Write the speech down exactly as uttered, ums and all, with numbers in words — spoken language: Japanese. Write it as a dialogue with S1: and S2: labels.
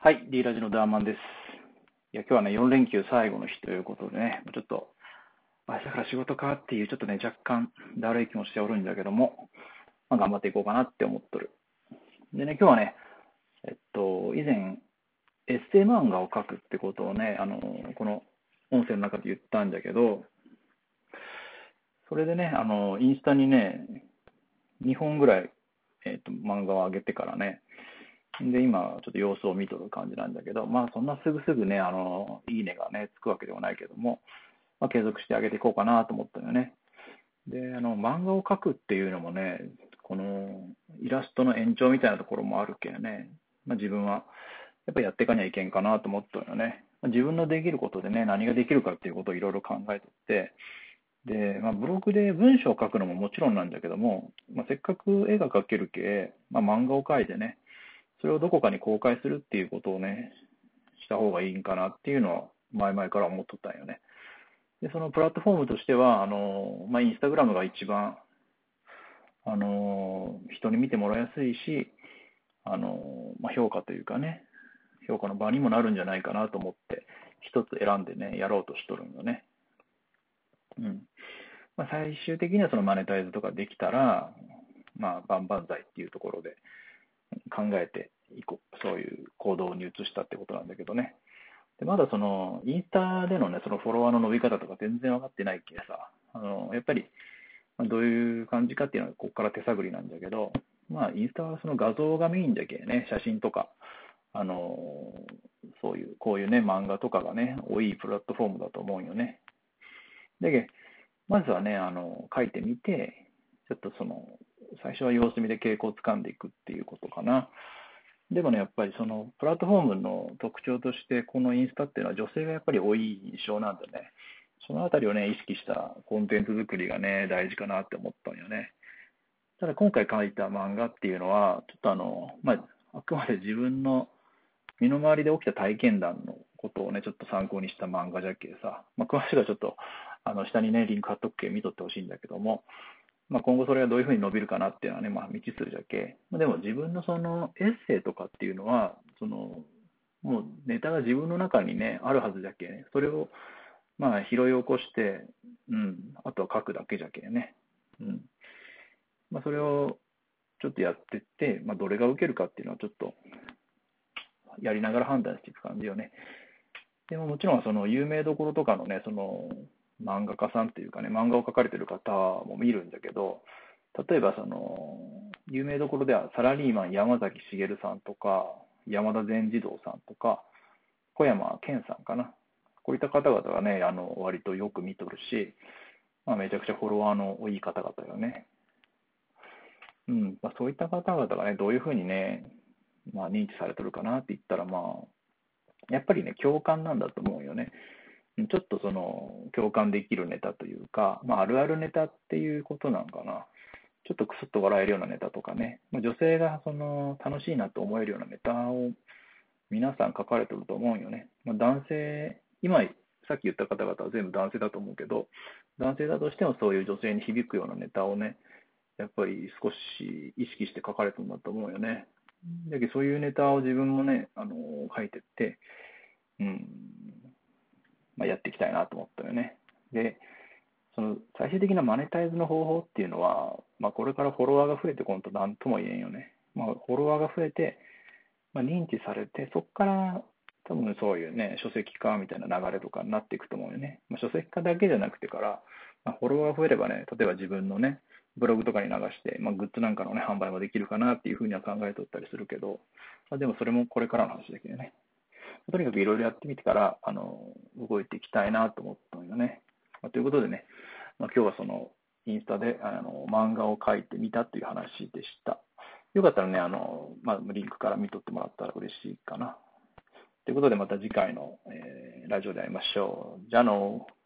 S1: はい、D ラジのダーマンです。いや、今日はね、よん連休最後の日ということでね、ちょっと、明日から仕事かっていう、ちょっとね、若干だるい気もしておるんだけども、まあ、頑張っていこうかなって思っとる。でね、今日はね、えっと、以前、エッセイ漫画を描くってことをね、あの、この音声の中で言ったんだけど、それでね、あの、インスタにね、にほんぐらい、えっと、漫画を上げてからね、で、今、ちょっと様子を見とる感じなんだけど、まあ、そんなすぐすぐね、あの、いいねがね、つくわけではないけども、まあ、継続してあげていこうかなと思ったよね。で、あの、漫画を描くっていうのもね、この、イラストの延長みたいなところもあるけどね、まあ、自分は、やっぱりやっていかにはいけんかなと思ったよね。まあ、自分のできることでね、何ができるかっていうことをいろいろ考えてって、で、まあ、ブログで文章を書くのももちろんなんだけども、まあ、せっかく絵が描けるけ、まあ、漫画を描いてね、それをどこかに公開するっていうことをね、した方がいいんかなっていうのは前々から思っとったんよね。で、そのプラットフォームとしては、あの、まあ、インスタグラムが一番、あの、人に見てもらいやすいし、あの、まあ、評価というかね、評価の場にもなるんじゃないかなと思って、一つ選んでね、やろうとしとるんよね。うん。まあ、最終的にはそのマネタイズとかできたら、まあ、万々歳っていうところで考えていこう、そういう行動に移したってことなんだけどね。で、まだその、インスタでのね、そのフォロワーの伸び方とか全然分かってないけさ、あの、やっぱり、どういう感じかっていうのは、ここから手探りなんだけど、まあ、インスタはその画像がメインだけね、写真とか、あの、そういう、こういうね、漫画とかがね、多いプラットフォームだと思うよね。で、まずはね、あの、書いてみて、ちょっとその、最初は様子見で傾向をつかんでいくっていうことかな。でもね、やっぱりそのプラットフォームの特徴として、このインスタっていうのは女性がやっぱり多い印象なんでね、そのあたりをね、意識したコンテンツ作りがね、大事かなって思ったんよね。ただ今回書いた漫画っていうのは、ちょっとあの、まあ、あくまで自分の身の回りで起きた体験談のことをね、ちょっと参考にした漫画じゃっけさ、まあ、詳しくはちょっと、あの、下にね、リンク貼っとくけ見とってほしいんだけども、まあ、今後それがどういうふうに伸びるかなっていうのはね、まあ、未知数じゃけ。でも自分のそのエッセイとかっていうのは、その、もうネタが自分の中にね、あるはずじゃけね。それを、まあ、拾い起こして、うん、あとは書くだけじゃけね。うん。まあ、それをちょっとやってって、まあ、どれが受けるかっていうのはちょっとやりながら判断していく感じよね。でももちろんその有名どころとかのね、その漫画家さんっていうかね、漫画を描かれてる方も見るんだけど、例えばその有名どころではサラリーマン山崎茂さんとか、山田善児童さんとか、小山健さんかな。こういった方々がね、あの割とよく見とるし、まあ、めちゃくちゃフォロワーの多い方々よね。うん、まあ、そういった方々がね、どういうふうにね、まあ、認知されてるかなって言ったら、まあ、やっぱりね、共感なんだと思うよね。ちょっとその共感できるネタというか、まあ、あるあるネタっていうことなんかな。ちょっとクスッと笑えるようなネタとかね、まあ、女性がその楽しいなと思えるようなネタを皆さん書かれてると思うよね。まあ、男性、今さっき言った方々は全部男性だと思うけど、男性だとしてもそういう女性に響くようなネタをね、やっぱり少し意識して書かれてるんだと思うよね。だけどそういうネタを自分もね、あの書いてって、うんまあ、やっていきたいなと思ったよね。で、その最終的なマネタイズの方法っていうのは、まあ、これからフォロワーが増えてこんと何とも言えんよね。まあ、フォロワーが増えて、まあ、認知されて、そこから多分そういうね、書籍化みたいな流れとかになっていくと思うよね。まあ、書籍化だけじゃなくてから、まあ、フォロワーが増えればね、例えば自分のね、ブログとかに流して、まあ、グッズなんかのね、販売もできるかなっていうふうには考えとったりするけど、まあ、でもそれもこれからの話だけどね。とにかくいろいろやってみてから、あの、動いていきたいなと思ったんよね。まあ、ということでね、まあ、今日はその、インスタであの漫画を描いてみたという話でした。よかったらね、あの、まあ、リンクから見とってもらったら嬉しいかな。ということで、また次回の、えーラジオで会いましょう。じゃあのー。